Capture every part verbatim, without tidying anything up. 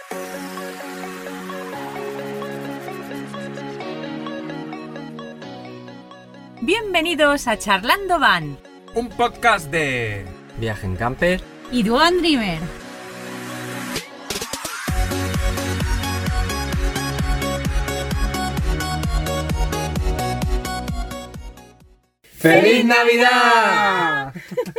Bienvenidos a Charlando Van, un podcast de Viaje en Camper y Duan Dreamer. ¡Feliz Navidad!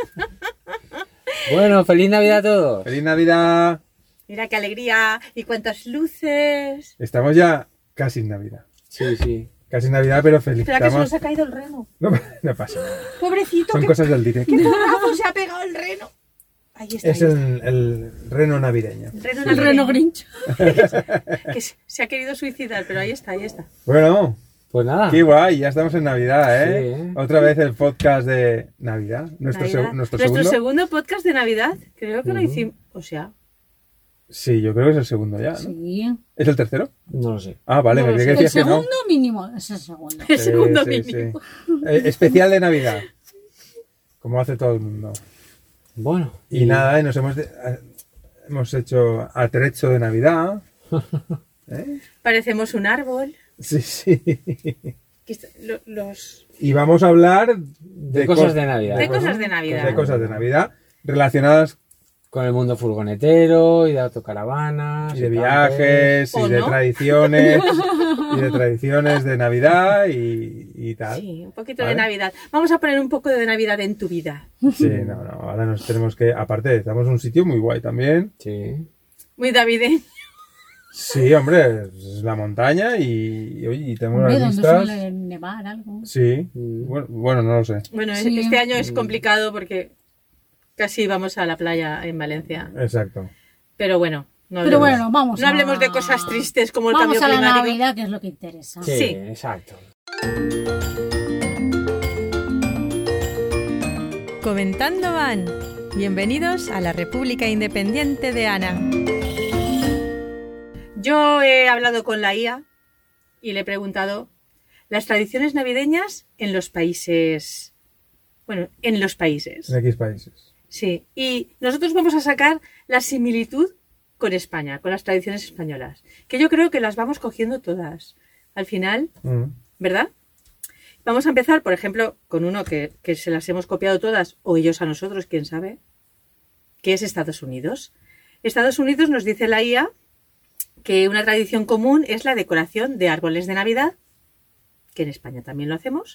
Bueno, feliz Navidad a todos. ¡Feliz Navidad! Mira qué alegría y cuántas luces. Estamos ya casi en Navidad. Sí, sí. Casi en Navidad, pero feliz. Espera, que se nos ha caído el reno. No, no pasa nada. Pobrecito. Son que... cosas del directo. ¡Qué porrazo se ha pegado el reno! Ahí está. Es ahí el, el reno navideño. El reno, El navideño. reno Grinch. Que se, se ha querido suicidar, pero ahí está, ahí está. Bueno, Pues nada. qué guay, ya estamos en Navidad, ¿eh? Sí, ¿eh? Otra vez el podcast de Navidad. Nuestro, Navidad. seg- nuestro, Nuestro segundo. segundo podcast de Navidad. Creo que lo Ujú. hicimos. O sea, Sí, yo creo que es el segundo ya, ¿no? Sí. ¿Es el tercero? No lo sé. Ah, vale, No me lo creí sé. que El decías que no. segundo mínimo. Es el segundo. el Sí, segundo sí, mínimo. sí. Eh, especial de Navidad. Como hace todo el mundo. Bueno. Y nada, y nos hemos, de- a- hemos hecho atrecho de Navidad. ¿Eh? Parecemos un árbol. Sí, sí. Que está- lo- los... Y vamos a hablar de, De cosas cos- de Navidad. De cosas de Navidad. De cosas de Navidad relacionadas Con el mundo furgonetero y de autocaravanas. y de campers. viajes ¿O y de no? tradiciones y de tradiciones de Navidad y, y tal. Sí, un poquito Vale. de Navidad. Vamos a poner un poco de Navidad en tu vida. Sí, no, no. Ahora nos tenemos que. Aparte, estamos en un sitio muy guay también. Sí. Muy navideño. Sí, hombre, es la montaña y, y, oye, y tenemos Hombre, unas donde vistas. suele nevar algo. Sí, Mm. bueno, bueno, no lo sé. Bueno, Sí. este año es complicado porque casi vamos a la playa en Valencia. Exacto. Pero bueno, no Pero hablemos, bueno, vamos no a... hablemos de cosas tristes como el Vamos cambio a la climático. Navidad, que es lo que interesa. Sí, Sí. exacto. Comentando van. Bienvenidos a la República Independiente de Ana. Yo he hablado con la I A y le he preguntado las tradiciones navideñas en los países. Bueno, en los países. En X países. Sí, y nosotros vamos a sacar la similitud con España, con las tradiciones españolas, que yo creo que las vamos cogiendo todas. Al final, Mm. ¿verdad? Vamos a empezar, por ejemplo, con uno que, que se las hemos copiado todas, o ellos a nosotros, quién sabe, que es Estados Unidos. Estados Unidos nos dice la I A que una tradición común es la decoración de árboles de Navidad, que en España también lo hacemos,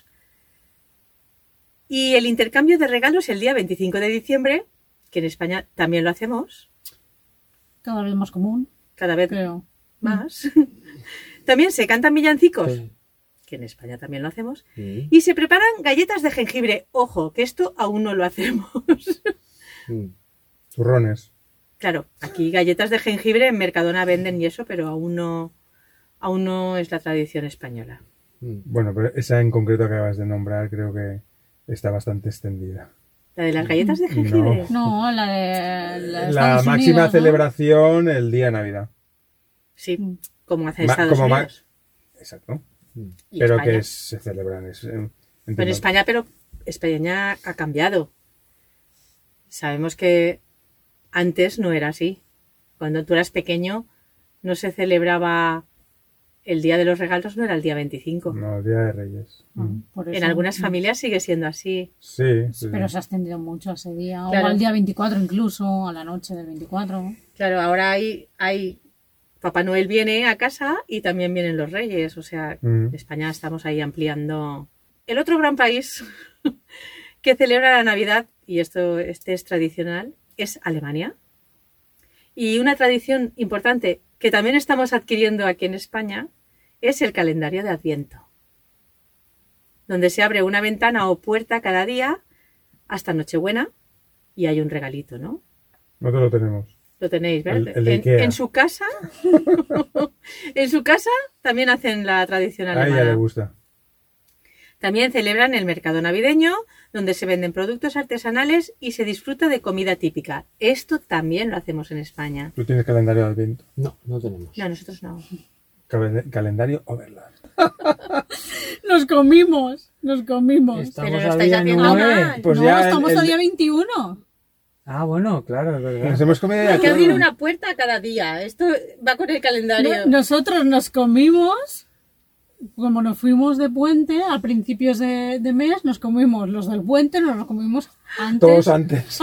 y el intercambio de regalos el día veinticinco de diciembre, que en España también lo hacemos, Cada vez más común, cada vez creo. más. También se cantan villancicos, Sí. que en España también lo hacemos, Mm. y se preparan galletas de jengibre. Ojo, que esto aún no lo hacemos. Mm. Turrones. Claro, aquí galletas de jengibre en Mercadona venden y eso, pero aún no, aún no es la tradición española. Mm. Bueno, pero esa en concreto que acabas de nombrar creo que está bastante extendida. ¿La de las galletas de jengibre? No, la de... La, de La Estados máxima Unidos, ¿no? celebración el día de Navidad. Sí, como hace Ma- Estados como ma- Unidos. Exacto. Y Pero España. que es- se celebran. Es, en- Pero en entiendo. España, pero España ha cambiado. Sabemos que antes no era así. Cuando tú eras pequeño no se celebraba el Día de los Regalos, no era el día veinticinco. No, el Día de Reyes. Ah, Mm. por En eso. algunas familias sigue siendo así. Sí, sí, Pero sí. se ha extendido mucho ese día. Claro. O al día veinticuatro incluso, a la noche del veinticuatro. Claro, ahora hay, hay Papá Noel viene a casa y también vienen los Reyes. O sea, Mm. en España estamos ahí ampliando. El otro gran país que celebra la Navidad, y esto este es tradicional, es Alemania. Y una tradición importante que también estamos adquiriendo aquí en España es el calendario de Adviento, donde se abre una ventana o puerta cada día hasta Nochebuena y hay un regalito, ¿no? Nosotros lo tenemos. Lo tenéis, ¿verdad? El- el de en, Ikea. en su casa, en su casa también hacen la tradición A ella alemana. le gusta. También celebran el mercado navideño, donde se venden productos artesanales y se disfruta de comida típica. Esto también lo hacemos en España. Tú tienes calendario de Adviento. No, no tenemos. No, nosotros no. Cal- Calendario Overland. Nos comimos, nos comimos. Estamos Pero lo a estáis día haciendo nueve. mal. Pues no, ya el- estamos el- al día veintiuno. Ah, bueno, claro, es verdad. Nos hemos comido ya Hay que todo. abrir una puerta cada día. Esto va con el calendario. No- nosotros nos comimos, como nos fuimos de puente a principios de, de mes, nos comimos los del puente, nos los comimos antes. Todos antes.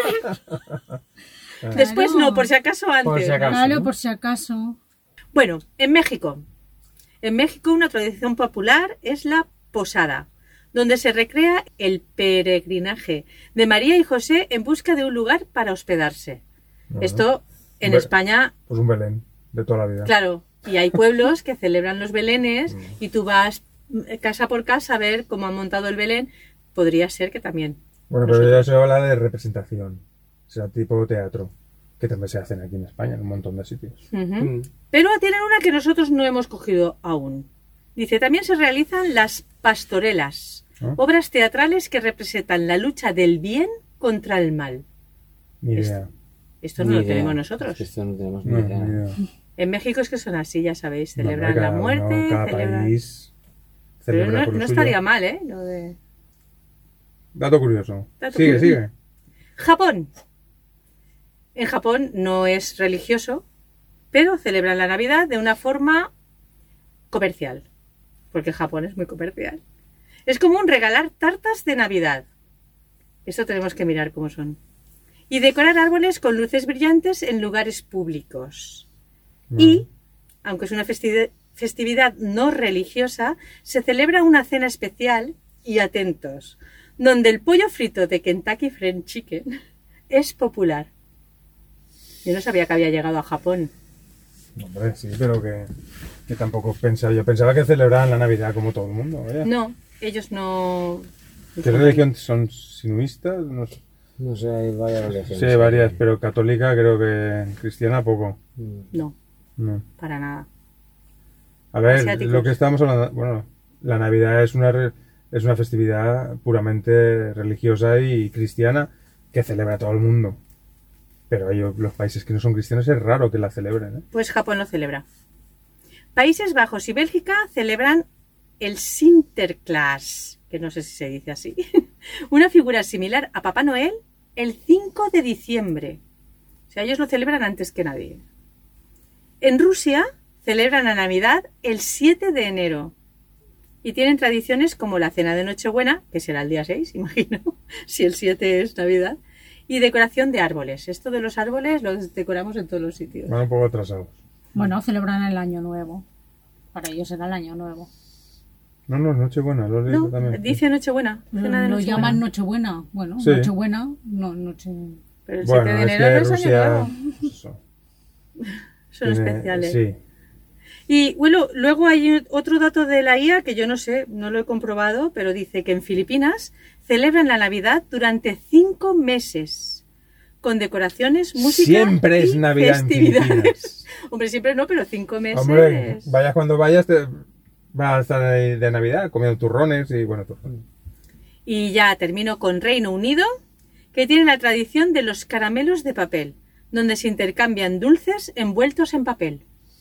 Después Claro. no, por si acaso antes. Por si acaso. Claro, ¿no? por si acaso. Bueno, en México. En México una tradición popular es la posada, donde se recrea el peregrinaje de María y José en busca de un lugar para hospedarse. Bueno. Esto en Hombre. España, Pues un Belén, de toda la vida. claro, y hay pueblos que celebran los belenes Mm. y tú vas mm, casa por casa a ver cómo han montado el Belén. Podría ser que también. Bueno, pero ya se habla de representación. O sea, tipo teatro. Que también se hacen aquí en España, en un montón de sitios. Ujú. Mm. Pero tienen una que nosotros no hemos cogido aún. Dice, también se realizan las pastorelas, ¿Ah? obras teatrales que representan la lucha del bien contra el mal. Ni Es- idea. Esto Ni no lo idea. tenemos Es nosotros. que esto no tenemos ni No, idea. ni idea. En México es que son así, ya sabéis, No, celebran cada la uno, muerte, cada celebran... país Pero celebra no, por lo no suyo. estaría mal, ¿eh? Lo de... Dato curioso. Dato sigue, curioso. sigue. Japón. En Japón no es religioso, pero celebran la Navidad de una forma comercial, porque Japón es muy comercial. Es común regalar tartas de Navidad. Esto tenemos que mirar cómo son. Y decorar árboles con luces brillantes en lugares públicos. Y, aunque es una festi- festividad no religiosa, se celebra una cena especial, y atentos, donde el pollo frito de Kentucky Fried Chicken es popular. Yo no sabía que había llegado a Japón. Hombre, sí, pero que, que tampoco pensaba. Yo pensaba que celebraban la Navidad como todo el mundo. Vaya. No, ellos no... ¿Qué religión son? ¿Sinuistas? No sé. No sé, hay varias religiones. Sí, hay varias, pero católica creo que cristiana poco. Mm. No, No. para nada. A ver, Asiáticos. lo que estábamos hablando, bueno, la Navidad es una re- es una festividad puramente religiosa y cristiana que celebra todo el mundo. Pero hay los países que no son cristianos es raro que la celebren, ¿eh? Pues Japón lo celebra. Países Bajos y Bélgica celebran el Sinterklaas, que no sé si se dice así, una figura similar a Papá Noel el cinco de diciembre. O sea, ellos lo celebran antes que nadie. En Rusia celebran la Navidad el siete de enero y tienen tradiciones como la cena de Nochebuena, que será el día seis, imagino, si el siete es Navidad, y decoración de árboles. Esto de los árboles los decoramos en todos los sitios. Van un poco atrasados. Bueno, celebran el Año Nuevo. Para ellos era el Año Nuevo. No, no, Nochebuena, lo he leído No, también. dice Nochebuena, Lo, cena de lo Nochebuena. llaman Nochebuena. Bueno, Sí. Nochebuena, no, noche... Pero el Bueno, siete de es enero que no es año Rusia... nuevo. eso, Son tiene- especiales. Sí. Y bueno, luego hay otro dato de la I A que yo no sé, no lo he comprobado, pero dice que en Filipinas celebran la Navidad durante cinco meses, con decoraciones, música Siempre es y Navidad en festividades. Filipinas. Hombre, siempre no, pero cinco meses. Hombre, vayas cuando vayas, te... vas a estar ahí de Navidad comiendo turrones y bueno, turrones. Y ya termino con Reino Unido, que tiene la tradición de los caramelos de papel, donde se intercambian dulces envueltos en papel.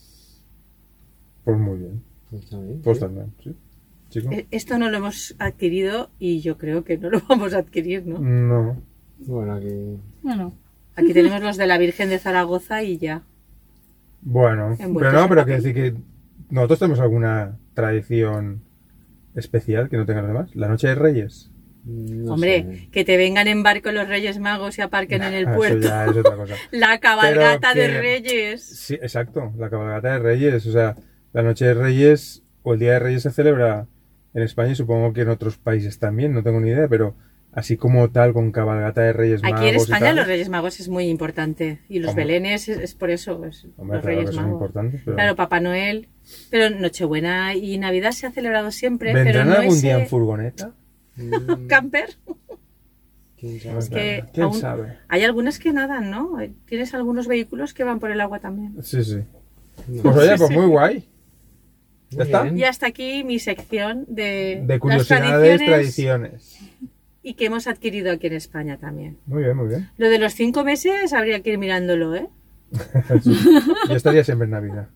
Pues muy bien. Pues está bien, Pues sí. también, sí. Chico. Eh, Esto no lo hemos adquirido y yo creo que no lo vamos a adquirir, ¿no? No. Bueno, aquí... Bueno, Aquí tenemos los de la Virgen de Zaragoza y ya. Bueno, Envueltos pero no, en pero papel. quiero decir que nosotros tenemos alguna tradición especial que no tengan los demás. La Noche de Reyes. no Hombre, sé. que te vengan en barco los Reyes Magos y aparquen en el Ah, puerto. Eso ya es otra cosa. La cabalgata Pero de que- Reyes. Sí, exacto, la cabalgata de Reyes. O sea, la Noche de Reyes o el Día de Reyes se celebra en España y supongo que en otros países también, no tengo ni idea, pero así como tal, con cabalgata de Reyes Magos. Aquí en y España tal, los Reyes Magos es muy importante. Y los Hombre. belenes es, es por eso. Es Hombre, los claro Reyes que son Magos. importantes, pero... Claro, Papá Noel. Pero Nochebuena y Navidad se ha celebrado siempre. ¿Vendrán pero no algún ese día en furgoneta? Mm, camper. ¿quién sabe? Es que ¿Quién aún- sabe? Hay algunas que nadan, ¿no? Tienes algunos vehículos que van por el agua también. Sí, sí. No. Pues oye, Sí, pues sí. muy guay. ¿Ya Muy está? bien. Y hasta aquí mi sección de, De las curiosidades, tradiciones tradiciones. y que hemos adquirido aquí en España también. Muy bien, muy bien. Lo de los cinco meses habría que ir mirándolo, ¿eh? Sí. Yo estaría siempre en Navidad.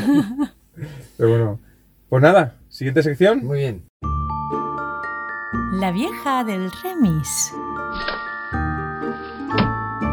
Pero bueno, pues nada, siguiente sección. Muy bien. La vieja del remis.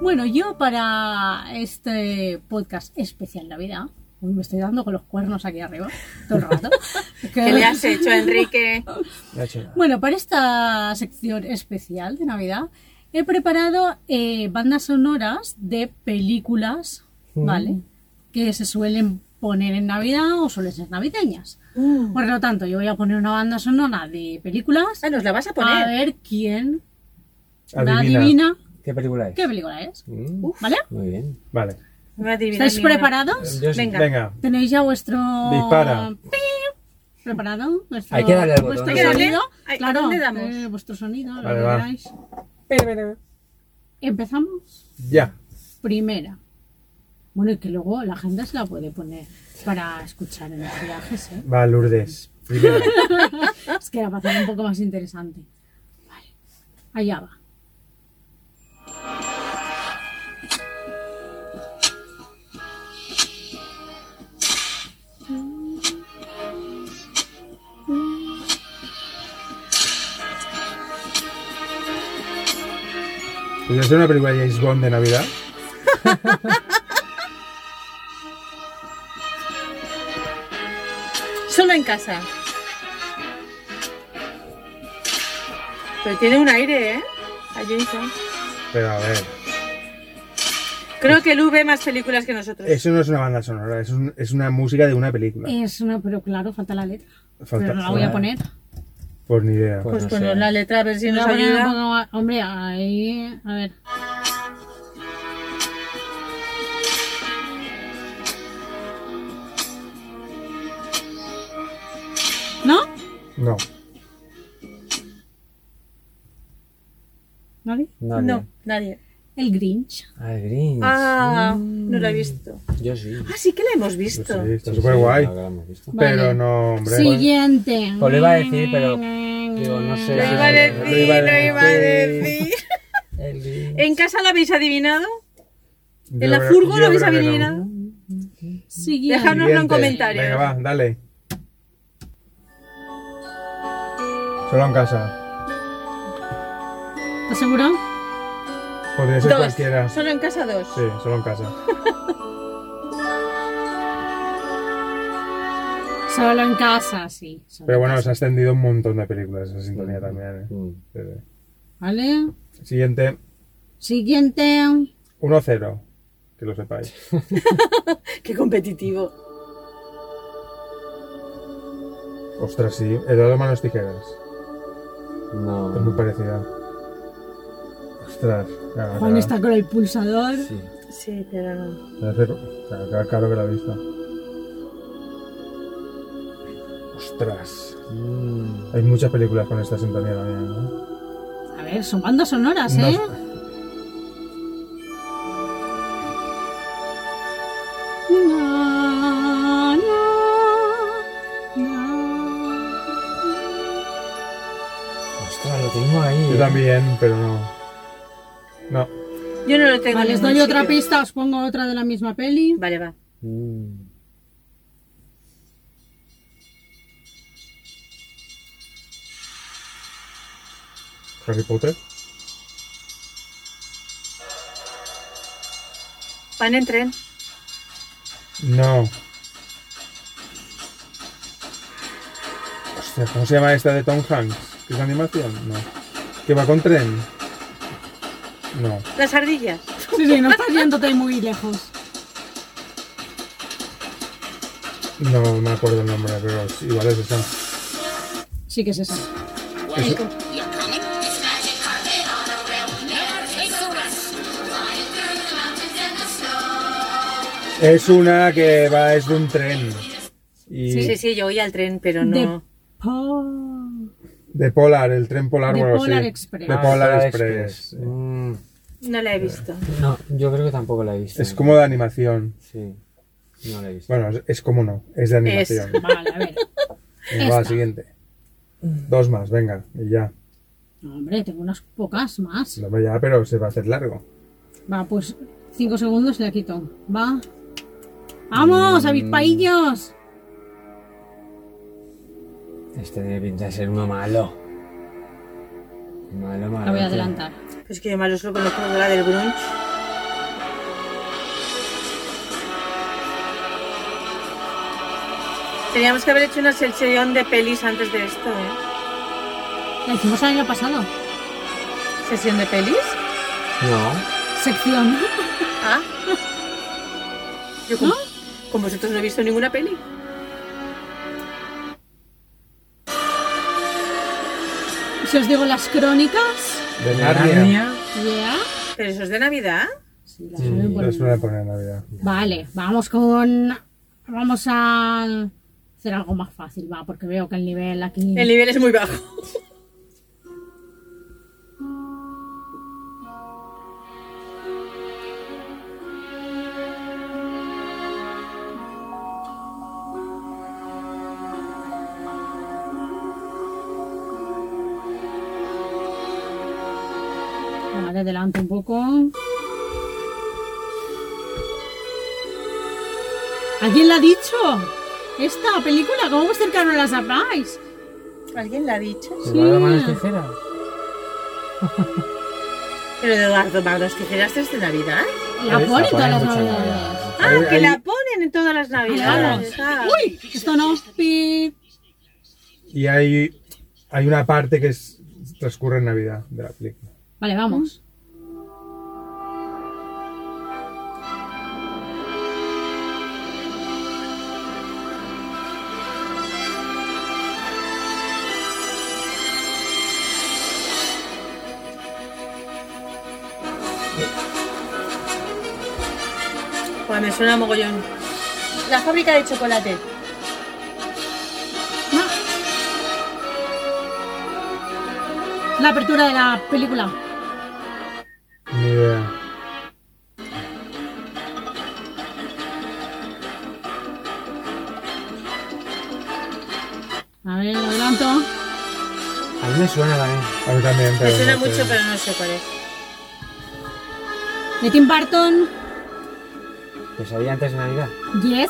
Bueno, yo para este podcast especial Navidad, uy, me estoy dando con los cuernos aquí arriba todo el rato. ¿Qué le has hecho, Enrique? Ya he hecho nada. Bueno, para esta sección especial de Navidad he preparado eh, bandas sonoras de películas, ¿vale? Que se suelen poner en Navidad o suelen ser navideñas. Mm. Por lo tanto, yo voy a poner una banda sonora de películas. Ah, nos la vas a A poner. ver quién la Adivina. adivina ¿Qué película es? qué película es. Mm, ¿Vale? Muy bien. Vale. No voy a adivinar ¿Estáis ninguna. preparados? Yo sí. Venga. Venga. ¿Tenéis ya vuestro... Dispara. ¡Pip! ¿Preparado? Vuestro, Hay que darle al vuestro botón. ¿Hay que darle? sonido. Ay, ¿a Claro, dónde damos? eh, vuestro sonido, lo Vale, que va. queráis. Empezamos. Ya. Primera. Bueno, y que luego la gente se la puede poner para escuchar en los viajes, ¿eh? Va, Lourdes. Primero. Es que era para hacer un poco más interesante. Vale. Allá va. ¿Podría ser una película de James Bond de Navidad? Solo en casa. Pero tiene un aire, ¿eh? A Jason. Pero a ver. Creo que Lu ve más películas que nosotros. Eso no es una banda sonora, es, un- es una música de una película. Es una, pero claro, falta la letra. Falta- Pero no la voy a poner. Pues ni idea. Pues Pues no ponos sé. la letra a ver si No nos la voy a ayuda. poner- Hombre, ahí. A ver. ¿No? No. ¿Nadie? Nadie. No, nadie. El Grinch. Ah, el Grinch. Ah, Mm. no la he visto. Yo sí. Ah, sí que la hemos Pues visto. sí, está Sí, súper sí, guay. claro que la hemos visto. Vale. Pero no, hombre. Siguiente. Pues lo iba a decir, pero digo, no sé. Lo si- iba a decir, lo iba a decir. El Grinch. ¿En casa lo habéis adivinado? Yo ¿En la creo- furgo yo lo habéis creo que no. adivinado? Siguiente. Dejadnoslo en Siguiente. comentarios. Venga, va, dale. Solo en casa. ¿Estás seguro? Podría ser Dos. cualquiera. Solo en casa dos. Sí, solo en casa. Solo en casa, sí. Solo Pero en bueno, casa. se ha extendido un montón de películas esa sintonía también. ¿eh? Mm. Sí, sí. Vale. Siguiente, Siguiente. uno cero. Que lo sepáis. Qué competitivo. Ostras, sí. Eduardo Manos Tijeras. No. Es muy parecida. Ostras. Claro, Juan claro. está con el pulsador. Sí. Sí, pero no. Parece- Claro, claro, claro que la he visto. Ostras. Mm. Hay muchas películas con esta sintonía también, ¿no? A ver, son bandas sonoras, No- ¿eh? Na, na, na. Ostras, lo tengo ahí. Yo ¿eh? también, pero no. No. Yo no lo tengo. Vale, en os doy ningún otra sitio. pista, os pongo otra de la misma peli. Vale, va. Mm. Harry Potter. Van en tren. No. Ostras, ¿cómo se llama esta de Tom Hanks? ¿Que es animación? No. ¿Que va con tren? No. Las ardillas. Sí, sí, no estás yéndote muy lejos. No me acuerdo el nombre, pero sí, igual es esa. Sí que es esa. Es, es una que va, es de un tren. Y Sí, sí, yo oí al tren, pero De no. Po- de Polar, el tren Polar, De bueno, Polar sí. Express. De Ah, Polar Polar Express. sí. Mm. No la he visto. No, yo creo que tampoco la he visto. Es como de animación. Sí. No la he visto. Bueno, es, es como no, es de animación. Vale, a ver. Venga, va, Esta. siguiente. Dos más, venga, y ya. No, hombre, tengo unas pocas más. No, ya, pero se va a hacer largo. Va, pues cinco segundos y la quito. Va. ¡Vamos, avispaillos! Este tiene pinta de ser uno malo. Malo, malo. La voy a tío. adelantar. Pues que yo malo solo conozco la del grunge. Teníamos que haber hecho una sección de pelis antes de esto, ¿eh? La hicimos el año pasado. ¿Sesión de pelis? No. Sección. Ah. Yo con, con vosotros no he visto ninguna peli. Si os digo las crónicas. De De Narnia. Narnia. Yeah. ¿Pero eso es de Navidad? Sí, las suelen Mm, poner. lo suelen poner en Navidad. Vale, vamos con. Vamos a hacer algo más fácil, va, porque veo que el nivel aquí. El nivel es muy bajo. Vale, adelante un poco. ¿Alguien la ha dicho? Esta película, ¿cómo puede ser que no la sepáis? ¿Alguien la ha dicho? ¿Se va de manos tijeras? Pero de Eduardo Manos Tijeras es de Navidad. La La ponen todas las ponen mucho en navidades. Ah, Ahí- que ahí- la ponen en todas las Navidades. Ah. Uy, esto no. Pip. Y hay, hay una parte que es, transcurre en Navidad de la película. Vale, vamos. Pues me suena mogollón. La fábrica de chocolate. Ah. La apertura de la película. Ni idea. A ver, adelanto. A mí me suena también. A mí también, pero Me suena no sé. mucho, pero no sé cuál es. De Tim Burton. Que salía antes de Navidad. Yes.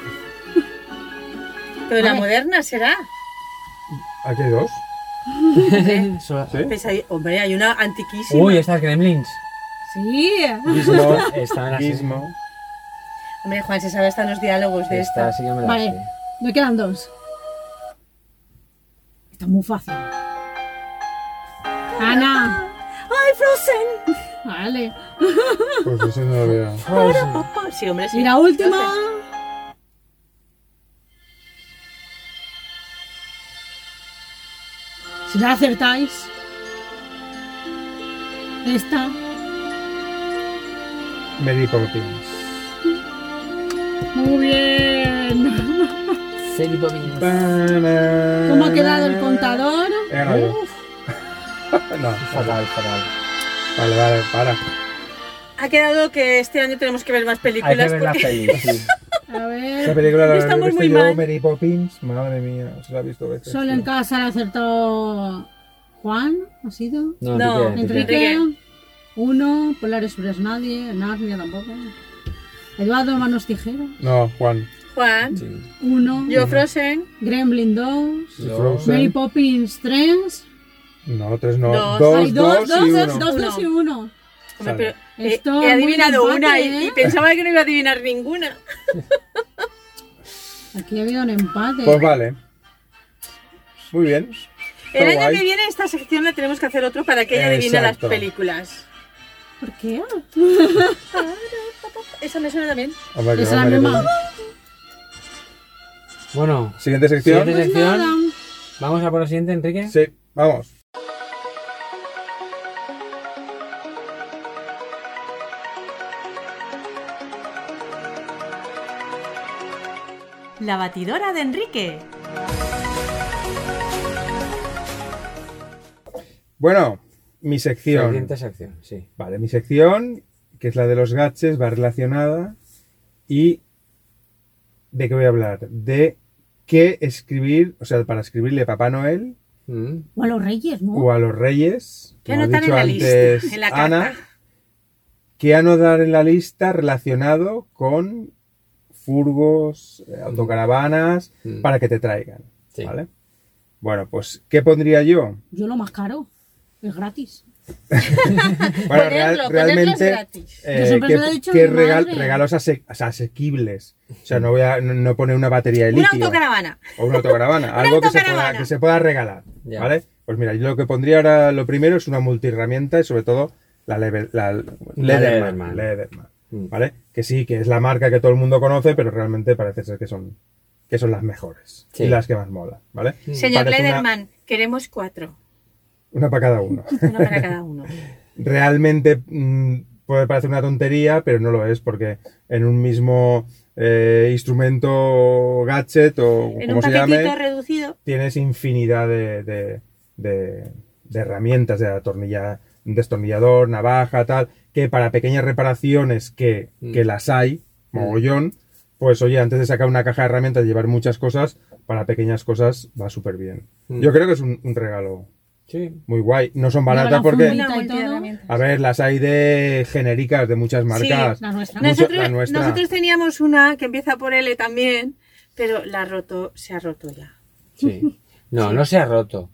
Pero la Vale. moderna será. Aquí hay dos. Solo- ¿Sí? Pues hay- hombre, hay una antiquísima. Uy, estas Gremlins. Sí. Gizmo. Esta me la sé. Gizmo. Hombre, Juan se sabe hasta los diálogos de Esta esta. sí que me la Vale, sé. me quedan dos. Está muy fácil. Ana. ¡Ay, Frozen! Vale. Pues eso no lo había. Frozen. Papá. Sí, hombre, sí. Y la última. Frozen. Si la acertáis. Esta. Mary Poppins. Muy bien. Sadie Bobbins. ¿Cómo ha quedado el contador? He ganado yo. No, Fatal, fatal. vale, vale, para. Ha quedado que este año tenemos que ver más Hay películas. que ver la porque- peli, sí. A Esa ver. película la he Estamos visto muy yo, mal. Mary Poppins. Madre mía, se la ha visto veces. Solo en casa la ha acertado Juan. ¿Ha sido? No, No, Enrique, Enrique. Enrique. Uno. Polar Express nadie. Narnia tampoco. Eduardo Manos Tijera. No, Juan. Juan, Sí. Uno. yo Frozen, Gremlin dos. Yo- Frozen. Mary Poppins tres. No, tres no. Dos. Dos, Hay dos, dos, dos, y dos, uno. dos, dos y uno. Hombre, Vale. pero he, Esto he es adivinado muy una y, empate, ¿eh? y pensaba que no iba a adivinar ninguna. Aquí ha habido un empate. Pues vale. Muy bien. El Está año guay. que viene esta sección la tenemos que hacer otro para que ella adivine las Exacto. películas. ¿Por qué? Esa me suena también. Hombre, que Es no, la Mary misma. Poppins. Bueno, Siguiente sección. Siguiente Pues sección. nada. vamos a por lo siguiente, Enrique. Sí, vamos. La batidora de Enrique. Bueno, mi sección. Siguiente sección, sí. Vale, mi sección, que es la de los gadgets, va relacionada. ¿Y de qué voy a hablar? De qué escribir, o sea, para escribirle a Papá Noel Mm. O a los reyes, ¿no? o a los Reyes, ¿Qué como ha anotar dicho en la antes lista? En la carta. Ana, qué anotar en la lista relacionado con furgos, eh, autocaravanas, Mm. para que te traigan. Sí. ¿Vale? Bueno, pues, ¿qué pondría yo? Yo lo más caro. Es gratis. Bueno, Ponerlo, real- ponerlo es realmente, gratis. eh, Yo siempre ¿qué, se lo he dicho a qué mi regal- madre. regalos ase- o sea, asequibles? O sea, no voy a no, no poner una batería de Una litio autocaravana. o una autocaravana, Una algo que se, pueda, autocaravana. que se pueda regalar, Ya. ¿vale? Pues mira, yo lo que pondría ahora, lo primero es una multiherramienta y sobre todo la, Lever- la Leatherman, Leatherman. Leatherman, Mm. ¿vale? Que sí, que es la marca que todo el mundo conoce, pero realmente parece ser que son, que son las mejores Sí. y las que más molan, ¿vale? Señor Parece una- Lederman, queremos cuatro. Una para cada uno. Uno para cada uno. Realmente mm, puede parecer una tontería, pero no lo es, porque en un mismo eh, instrumento, gadget o En como un se paquetito llame, reducido. tienes infinidad de, de, de- de herramientas, de atornilla- destornillador, navaja, tal, que para pequeñas reparaciones que, Mm. que las hay, mogollón, pues oye, antes de sacar una caja de herramientas y llevar muchas cosas, para pequeñas cosas va súper bien. Mm. Yo creo que es un, un regalo Sí. muy guay. No son Lleva baratas la porque... fundita. Una y todo. multiherramientas. A ver, las hay de genéricas de muchas marcas. La nuestra. Mucho- Nosotros, la nuestra. nosotros teníamos una que empieza por L también, pero la ha roto, se ha roto ya. Sí. No, no se ha roto.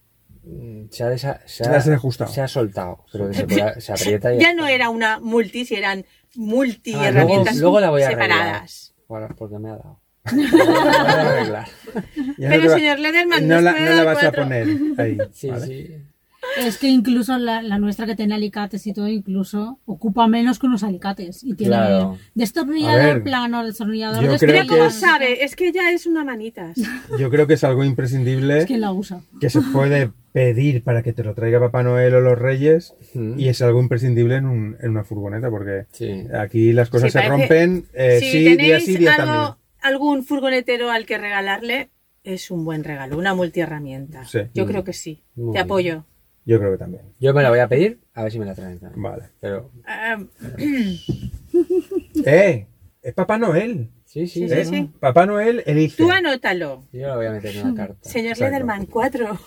Mm, Se ha, desa- se Se ha, ha desajustado. se ha soltado, pero que se, pueda- se aprieta y Ya ya no está. era una multi, si eran multi Ah, luego, herramientas luego la voy a arreglar. separadas. Ahora, porque me ha dado. La voy a arreglar. Ya Pero te va- señor Lederman, no nos la, puede no la dar vas a cuatro. poner ahí. Sí, ¿vale? sí. Es que incluso la, la nuestra que tiene alicates y todo, incluso ocupa menos que unos alicates. Y tiene Claro. A destornillador ver, plano, destornillador yo de creo Mira estrellas. cómo que- sabe, es que ya es una manitas. Yo creo que es algo imprescindible Es quien la usa. que se puede pedir para que te lo traiga Papá Noel o los Reyes Mm. y es algo imprescindible en, un- en una furgoneta porque Sí. aquí las cosas Sí, se parece- rompen eh, si sí, día tenéis sí, día algo- también. algún furgonetero al que regalarle, es un buen regalo, una multiherramienta. Sí. Yo Mm. creo que sí. Muy Te bien. apoyo. Yo creo que también. Yo me la voy a pedir, a ver si me la traen también. Vale. Pero, Ah, ¡Eh! Es Papá Noel. sí, sí, Sí, ¿eh? sí, sí. Papá Noel elige. tú anótalo. Yo la voy a meter en una carta. Señor Exacto. Lederman, cuatro.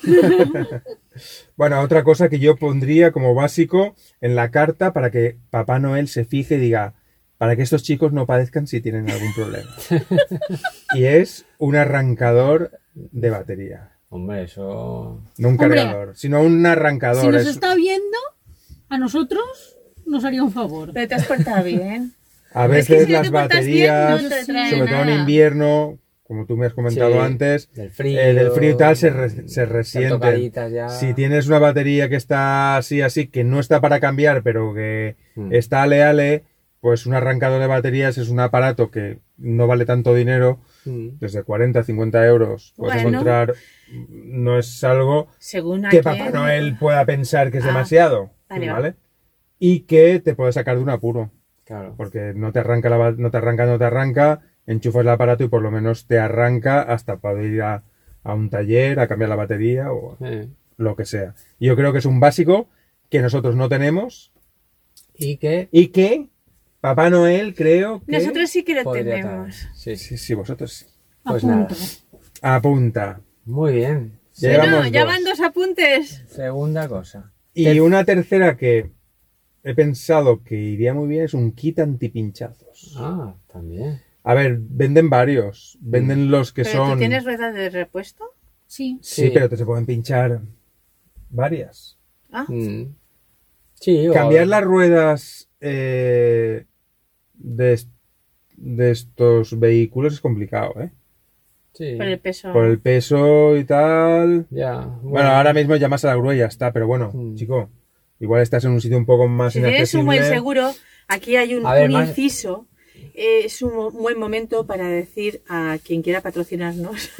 Bueno, otra cosa que yo pondría como básico en la carta para que Papá Noel se fije y diga, para que estos chicos no padezcan si tienen algún problema. Y es un arrancador de batería. Hombre, eso... No un Hombre, cargador, sino un arrancador. Si nos Es- está viendo, a nosotros nos haría un favor. Pero te has portado bien. A Es que veces si no las te portas bien, baterías, no te trae sobre todo en nada. invierno, como tú me has comentado Sí, antes, del frío, eh, del frío y tal se, re- se están resienten. tocaditas ya. Si tienes una batería que está así, así, que no está para cambiar, pero que Mm. está ale ale, pues un arrancador de baterías es un aparato que no vale tanto dinero, Mm. desde cuarenta a cincuenta euros puedes Bueno. encontrar, no es algo Según a que quién. Papá Noel pueda pensar que es Ah, demasiado, vale, ¿vale? vale. Y que te puede sacar de un apuro, Claro. porque no te arranca, la, ba- no te arranca, no te arranca, enchufas el aparato y por lo menos te arranca hasta poder ir a, a un taller a cambiar la batería o Eh. lo que sea. Y yo creo que es un básico que nosotros no tenemos Y que... y que Papá Noel creo que... Nosotros sí que lo podría tenemos. traer. Sí, sí. Sí, sí, vosotros sí. Pues Apunto. nada. Apunta. Muy bien. Ya Bueno, llevamos ya dos. van dos apuntes. Segunda cosa. Y una tercera que he pensado que iría muy bien es un kit antipinchazos. Ah, también. A ver, venden varios. Venden los que ¿Pero son... tú tienes ruedas de repuesto? Sí. Sí, Sí. pero te se pueden pinchar varias. Ah, Mm. Sí, o- Cambiar las ruedas eh, de, est- de estos vehículos es complicado, ¿eh? Sí. por el peso. Por el peso y tal. Ya. Bueno, ahora mismo llamas a la grúa y ya está, pero bueno, Mm. chico, igual estás en un sitio un poco más Si tienes un buen inaccesible. seguro, aquí hay un, A ver, un más- inciso. Eh, es un mo- buen momento para decir a quien quiera patrocinarnos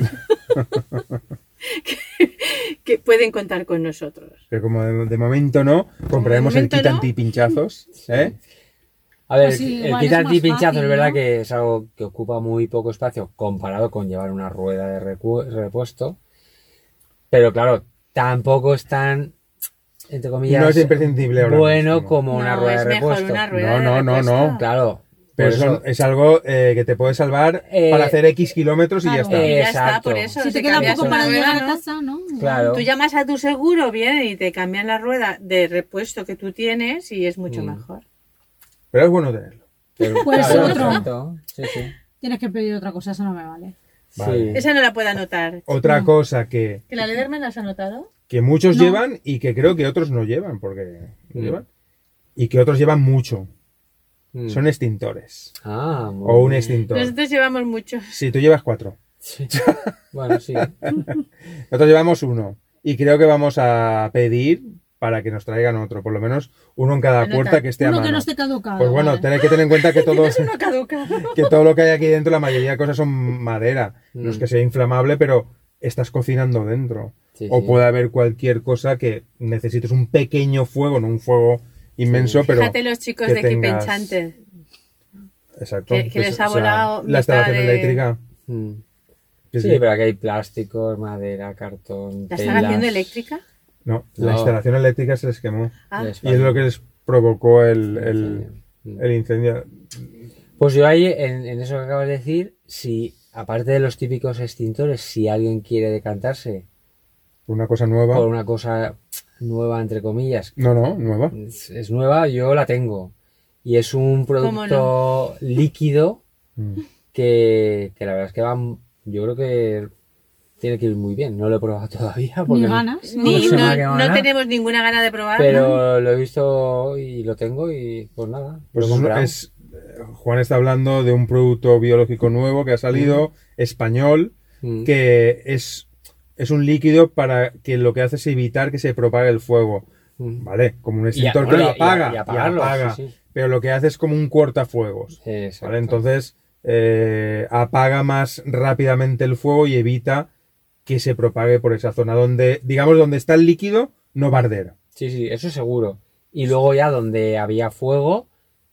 que, que pueden contar con nosotros. Pero como de, de momento no, compraremos el momento kit no. antipinchazos, ¿eh? A ver, Pues sí, el igual kit es más antipinchazo fácil, es verdad ¿no? que es algo que ocupa muy poco espacio comparado con llevar una rueda de recu- repuesto. Pero claro, tampoco es tan, entre comillas, No es imprescindible ahora bueno mismo. como una No, rueda es de mejor repuesto. una rueda No, de no, no, repuesto. no. Claro. Pero por son- eso- es algo eh, que te puede salvar Eh, para hacer X kilómetros y ya claro. está. Y ya está, Exacto. por eso. Si se te queda cambias poco una para rueda, llegar a ¿no? casa, ¿no? Claro. Tú llamas a tu seguro, vienen y te cambian la rueda de repuesto que tú tienes y es mucho Mm. mejor. Pero es bueno tenerlo. Pero, Pues claro, otro. exacto. Sí, sí. Tienes que pedir otra cosa, eso no me vale. Vale. Sí. Esa no la puedo anotar. Otra No. cosa que... ¿Que la Lederman la has anotado? que muchos No. llevan y que creo que otros no llevan, porque no Mm. llevan, y que otros llevan mucho. Mm. Son extintores. Ah, muy O un bien. extintor. Nosotros llevamos muchos. Sí, tú llevas cuatro. Sí. Bueno, sí. Nosotros llevamos uno. Y creo que vamos a pedir para que nos traigan otro. Por lo menos uno en cada Anota. puerta que esté a Uno mano. que no esté caducado. Pues bueno, vale. tenéis que tener en cuenta que todo, No caduca. que todo lo que hay aquí dentro, la mayoría de cosas son madera. No es Mm. que sea inflamable, pero estás cocinando dentro. Sí, O sí. puede haber cualquier cosa que necesites un pequeño fuego, no un fuego inmenso, Sí. pero... Fíjate los chicos que de Keep tengas- Enchanted. Exacto. que- que Pues, les ha o sea, volado la mitad instalación de- eléctrica. Mm. Sí, Sí, sí. pero aquí hay plásticos, madera, cartón, ¿La telas. están haciendo eléctrica? No, la No. instalación eléctrica se les quemó. Ah, Les Y es lo que les provocó el, Sí, el, sí. el incendio. Pues yo ahí, en, en eso que acabas de decir, si, aparte de los típicos extintores, si alguien quiere decantarse Una cosa nueva. por una cosa nueva, entre comillas, No, no, nueva. es, es nueva, yo la tengo. Y es un producto líquido Mm. que, que la verdad es que va, yo creo que tiene que ir muy bien. No lo he probado todavía. Porque Ni no- ganas. ¿no? Ni, se me ha no, quedado no nada. tenemos ninguna gana de probar. Pero lo he visto y lo tengo y pues nada. Pues lo he es- comprado. es, eh, Juan está hablando de un producto biológico nuevo que ha salido, español, Mm. que es, es un líquido para que lo que hace es evitar que se propague el fuego. Mm. ¿Vale? Como un Y extintor a- que bueno, lo y a- apaga. y y apagarlo, apaga. sí, sí. Pero lo que hace es como un cortafuegos. Exacto. ¿Vale? Entonces eh, apaga más rápidamente el fuego y evita que se propague por esa zona donde, digamos, donde está el líquido, no va a arder. Sí, sí, eso seguro. Y luego ya donde había fuego,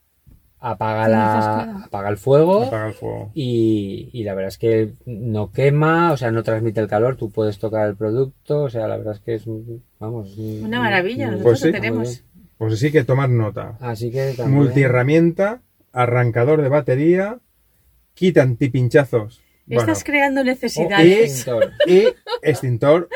apaga, ¿Qué la, dices, claro? apaga el fuego Apaga el fuego. y, y la verdad es que no quema, o sea, no transmite el calor, tú puedes tocar el producto, o sea, la verdad es que es, vamos... es Una maravilla, muy- nosotros Pues sí. lo tenemos. Pues sí que tomar nota. Así que también... Multiherramienta, arrancador de batería, quita antipinchazos. Bueno, Estás creando Oh, necesidades. extintor. y extintor.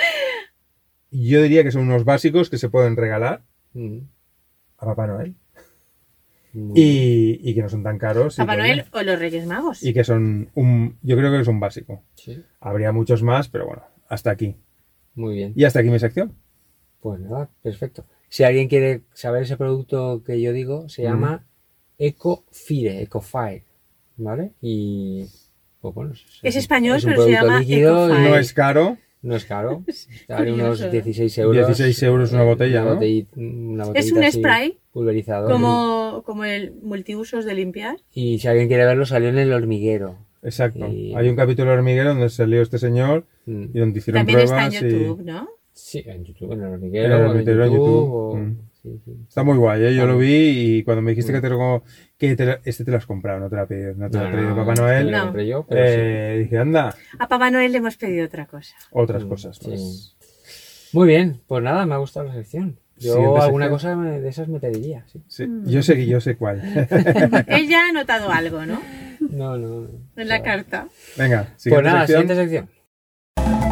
Yo diría que son unos básicos que se pueden regalar Mm, a Papá Noel. muy bien. Y, y que no son tan caros. y Papá que- Noel o los Reyes Magos. Y que son un. Yo creo que es un básico. Sí, Habría muchos más, pero bueno, hasta aquí. muy bien. Y hasta aquí mi sección. Pues nada, perfecto. Si alguien quiere saber ese producto que yo digo, se Mm. llama Ecofire, Ecofire, ¿vale? Y pues bueno, Es español, es un pero se producto llama líquido y Ecofire. No es caro. no es caro. Vale unos curioso. dieciséis euros. dieciséis euros una botella, ¿no? botelli- una Es botellita un así, spray pulverizador. como, como el multiusos de limpiar. Y si alguien quiere verlo, salió en El Hormiguero. Exacto. Y- Hay un capítulo de Hormiguero donde salió este señor Mm. y donde hicieron También está en pruebas. y- YouTube, ¿no? Sí, en YouTube, en El En Hormiguero, El o en Hormiguero, en YouTube, YouTube. o- Mm. sí, sí. Está muy guay, ¿eh? Yo Vale. lo vi y cuando me dijiste Mm. que, te lo, que te lo- este te lo has comprado, no te lo ha pedido, no te lo ha No, pedido no, Papá este Noel. me lo No. compré yo, pero Eh, Dije, anda, A Papá Noel le hemos pedido otra cosa. otras Mm, cosas. sí. Pues. Muy bien, pues nada, me ha gustado la sección. Yo Siguiente alguna sección. cosa me- de esas me pediría, sí. Sí, yo sé, yo sé cuál. Ella ha notado algo, ¿no? No, no. no. En la O sea, carta. Venga, Pues siguiente nada, sección. siguiente sección.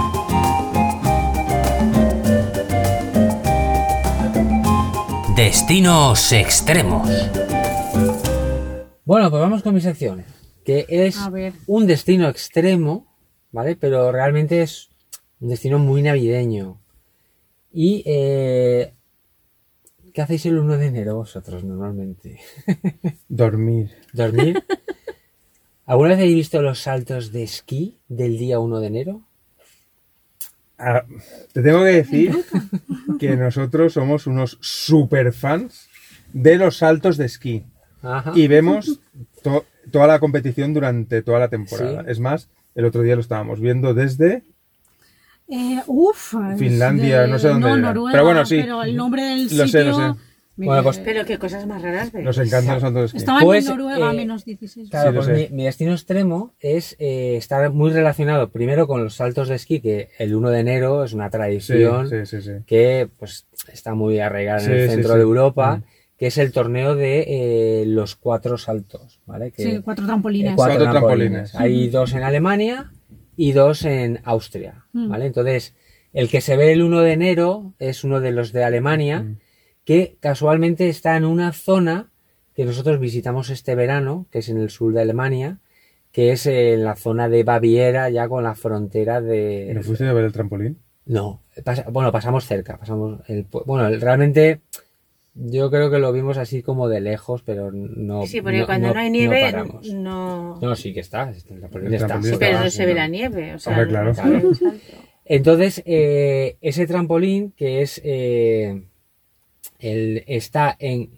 Destinos extremos. Bueno, pues vamos con mi sección, que es A ver. un destino extremo, ¿vale? Pero realmente es un destino muy navideño. Y, eh, ¿qué hacéis el uno de enero vosotros normalmente? Dormir. ¿Dormir? ¿Alguna vez habéis visto los saltos de esquí del día uno de enero? Ah, te tengo que decir que nosotros somos unos super fans de los saltos de esquí Ajá. y vemos to- toda la competición durante toda la temporada. Sí. Es más, el otro día lo estábamos viendo desde Eh, uf, Finlandia, es no sé dónde No, era. Noruega, Pero bueno, sí. Pero el nombre del Lo sitio... sé, lo sé. me- Bueno, pues- Pero qué cosas más raras ves. Nos encantan los saltos de esquí. Estaban Pues, en Noruega a eh, menos dieciséis. Claro, Sí, lo pues sé. mi, mi destino extremo es eh, estar muy relacionado primero con los saltos de esquí, que el uno de enero es una Sí, tradición sí, sí, sí. que pues está muy arraigada en Sí, el sí, centro sí. de Europa, Mm. que es el torneo de eh, los cuatro saltos, ¿vale? Que, Sí, cuatro trampolines. eh, cuatro Cuatro trampolines. trampolines. Hay dos en Alemania y dos en Austria, Mm. ¿vale? Entonces, el que se ve el uno de enero es uno de los de Alemania, Mm. que casualmente está en una zona que nosotros visitamos este verano, que es en el sur de Alemania, que es en la zona de Baviera, ya con la frontera ¿No de... fuiste a ver el trampolín? No, pasa- bueno, pasamos cerca, pasamos el, pu- bueno, el- realmente yo creo que lo vimos así como de lejos, pero no. Sí, porque no- cuando no- no, hay nieve, no paramos. no... No, sí que está, está, el trampolín El está. trampolín Sí, está. pero no Ah, se sí, ve no. la nieve. O sea, Hombre, claro. no se ve el salto. Entonces, eh, ese trampolín que es eh, el, está en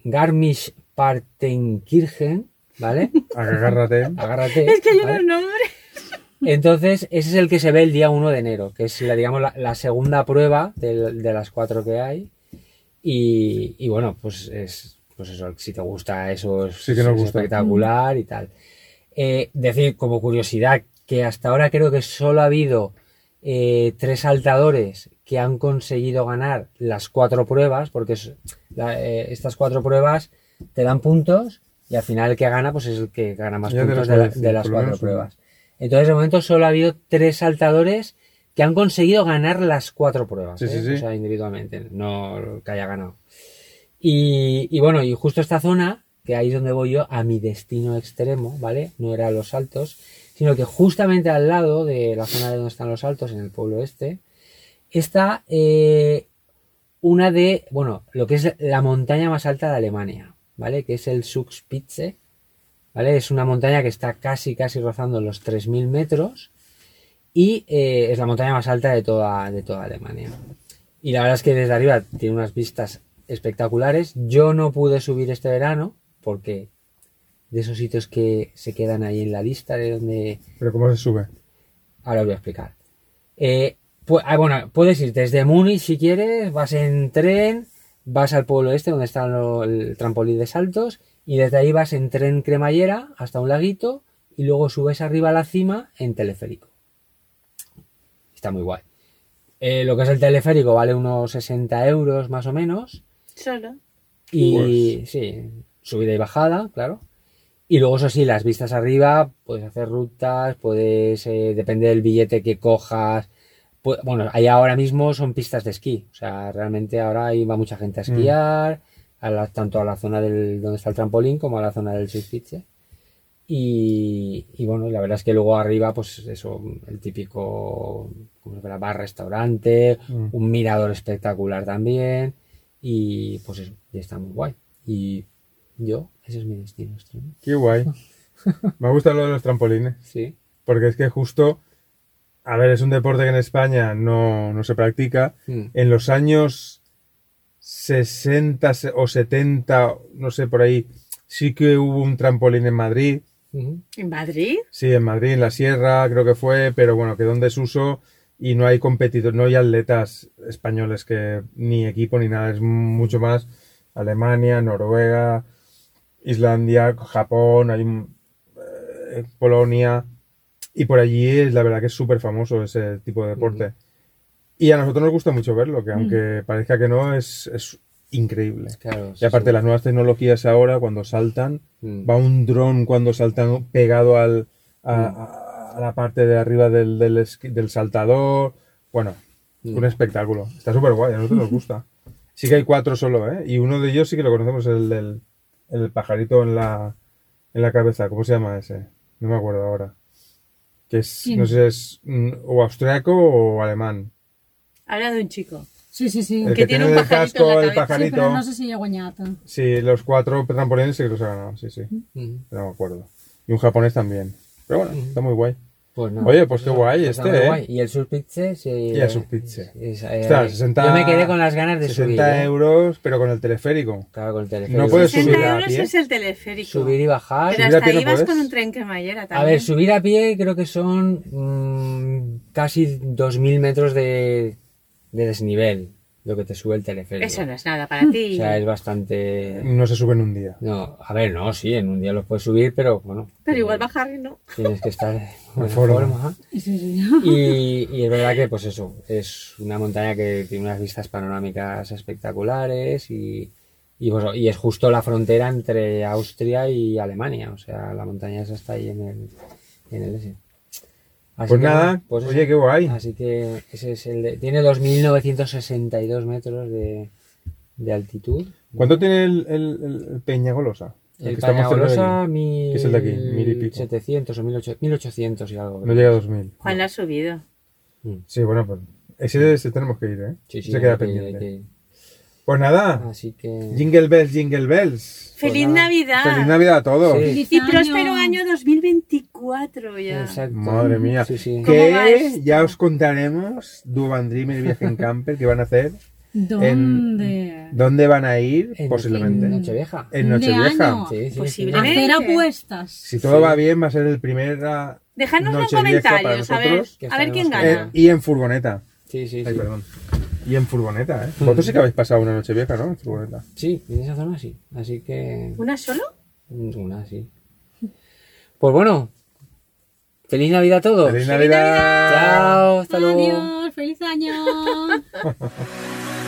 Garmisch-Partenkirchen, ¿vale? Agárrate. Agárrate. Es que hay ¿vale? unos nombres. Entonces, ese es el que se ve el día uno de enero, que es la, digamos, la, la segunda prueba de, de las cuatro que hay. Y, y bueno, pues es, pues eso, si te gusta eso, es, Sí que nos es gusta. espectacular y tal. Eh, decir, como curiosidad, que hasta ahora creo que solo ha habido eh, tres saltadores que han conseguido ganar las cuatro pruebas, porque es- la- eh, estas cuatro pruebas te dan puntos y al final el que gana pues es el que gana más Ya te puntos lo de, la- puedo decir, de las por lo cuatro menos uno. pruebas. Entonces de momento solo ha habido tres saltadores que han conseguido ganar las cuatro pruebas, Sí, ¿eh? sí, sí. O sea, individualmente, no que haya ganado. Y, y bueno, y justo esta zona, que ahí es donde voy yo, a mi destino extremo, ¿vale? No era los Saltos, sino que justamente al lado de la zona de donde están los Saltos, en el pueblo este, está eh, una de, bueno, lo que es la montaña más alta de Alemania, ¿vale? Que es el Zugspitze, ¿vale? Es una montaña que está casi, casi rozando los tres mil metros y eh, es la montaña más alta de toda, de toda Alemania. Y la verdad es que desde arriba tiene unas vistas espectaculares. Yo no pude subir este verano porque de esos sitios que se quedan ahí en la lista de donde... Pero ¿cómo se sube? Ahora os voy a explicar. Eh, pu- ah, bueno, puedes ir desde Múnich si quieres, vas en tren, vas al pueblo este donde está lo- el trampolín de saltos y desde ahí vas en tren cremallera hasta un laguito y luego subes arriba a la cima en teleférico. Está muy guay. Eh, lo que es el teleférico vale unos sesenta euros más o menos. Solo. Y sí, subida y bajada, claro. Y luego, eso sí, las vistas arriba, puedes hacer rutas, puedes, eh, depende del billete que cojas. pu- bueno, ahí ahora mismo son pistas de esquí. O sea, realmente ahora ahí va mucha gente a esquiar, a la- tanto a la zona del, donde está el trampolín como a la zona del Zugspitze. Y, y bueno, y la verdad es que luego arriba, pues eso, el típico, como se llama, bar, restaurante, Mm. un mirador espectacular también. Y pues eso, y está muy guay. Y yo, ese es mi destino extremo. Qué guay. Me gusta lo de los trampolines. Sí. Porque es que justo, a ver, es un deporte que en España no, no se practica. Mm. En los años sesenta se- o setenta, no sé, por ahí, sí que hubo un trampolín en Madrid. Ujú. ¿En Madrid? Sí, en Madrid, en la Sierra, creo que fue, pero bueno, quedó en desuso y no hay competidores, no hay atletas españoles que ni equipo ni nada, es mucho más Alemania, Noruega, Islandia, Japón, hay eh, Polonia y por allí es la verdad que es súper famoso ese tipo de deporte. Y a nosotros nos gusta mucho verlo, que aunque parezca que no, es, es increíble. Claro. Y aparte, las nuevas tecnologías ahora, cuando saltan, Mm. va un dron cuando saltan pegado al, a, a- a la parte de arriba del, del, esqui- del saltador. Bueno, Mm. un espectáculo. Está súper guay, a nosotros nos gusta. Sí que hay cuatro solo, ¿eh? Y uno de ellos sí que lo conocemos, el del el pajarito en la, en la cabeza. ¿Cómo se llama ese? No me acuerdo ahora. Que es, ¿Quién? no sé, es mm, o austriaco o alemán. Habla de un chico. Sí, sí, sí. El Que que tiene tiene un el pajarito casco, en la el cabeza. Sí, pajarito. pero no sé si llegó ñata. Sí, los cuatro trampolines sí que los ha ganado, sí, sí. Mm. No me acuerdo. Y un japonés también. Pero bueno, está muy guay. Pues nada. Oye, pues qué guay Está este, muy ¿eh? guay. Y el Zugspitze, sí. Y el Zugspitze. es- eh, Ostras, sesenta Yo me quedé con las ganas de sesenta subir. ¿eh? euros, pero con el teleférico. Claro, con el teleférico. No puedes subir sesenta a euros pie. es el teleférico. Subir y bajar. Pero subir a hasta pie no ahí vas puedes. con un tren cremallera también. A ver, subir a pie creo que son mm, casi dos mil metros de, de desnivel lo que te sube el teleférico. Eso no es nada para ti. O sea, es bastante... No se sube en un día. No, a ver, no, sí, en un día los puedes subir, pero bueno. Pero eh, igual bajar no. Tienes que estar en buena forma. forma. Sí, sí. Y, y es verdad que, pues eso, es una montaña que tiene unas vistas panorámicas espectaculares y, y, pues, y es justo la frontera entre Austria y Alemania. O sea, la montaña esa está ahí en el, en el ese. Así Pues que, nada, bueno, pues oye, eso. qué guay. Así que ese es el de- tiene dos mil novecientos sesenta y dos metros de, de altitud. ¿Cuánto tiene el, el, el Peñagolosa? El que estamos cerca de Peñagolosa, aquí. mil ¿Qué es el de aquí? Mil y pico. setecientos o mil ochocientos y algo. No llega a dos mil. Juan la ha subido. Sí, bueno, pues Ese, ese tenemos que ir, ¿eh? Sí, sí, se queda hay que ir, pendiente. hay que ir. Pues nada, Así que... jingle bells, jingle bells. ¡Feliz nada. Navidad! Feliz Navidad a todos. Sí. Feliz Y año. próspero año dos mil veinticuatro ya. Exacto. Madre mía. Sí, sí. ¿Cómo va Que esto? ya os contaremos Duvan Dream y el viaje en camper que van a hacer. ¿Dónde? ¿Dónde van a ir? En- Posiblemente. en Nochevieja. En De Nochevieja. año. Sí, sí, Posiblemente. Hacer apuestas. Si todo Sí. va bien, va a ser el primer ah, Dejadnos en Nochevieja para comentarios, a ver, nosotros. Que a ver quién estaremos gana. Eh, y en furgoneta. Sí, sí, Ay, sí. perdón. Y en furgoneta, ¿eh? Vosotros sí que habéis pasado una noche vieja, ¿no? En furgoneta. Sí, en esa zona sí. Así que... ¿Una solo? Una, sí. Pues bueno. Feliz Navidad a todos. ¡Feliz Navidad! Chao, hasta luego. Adiós, feliz año.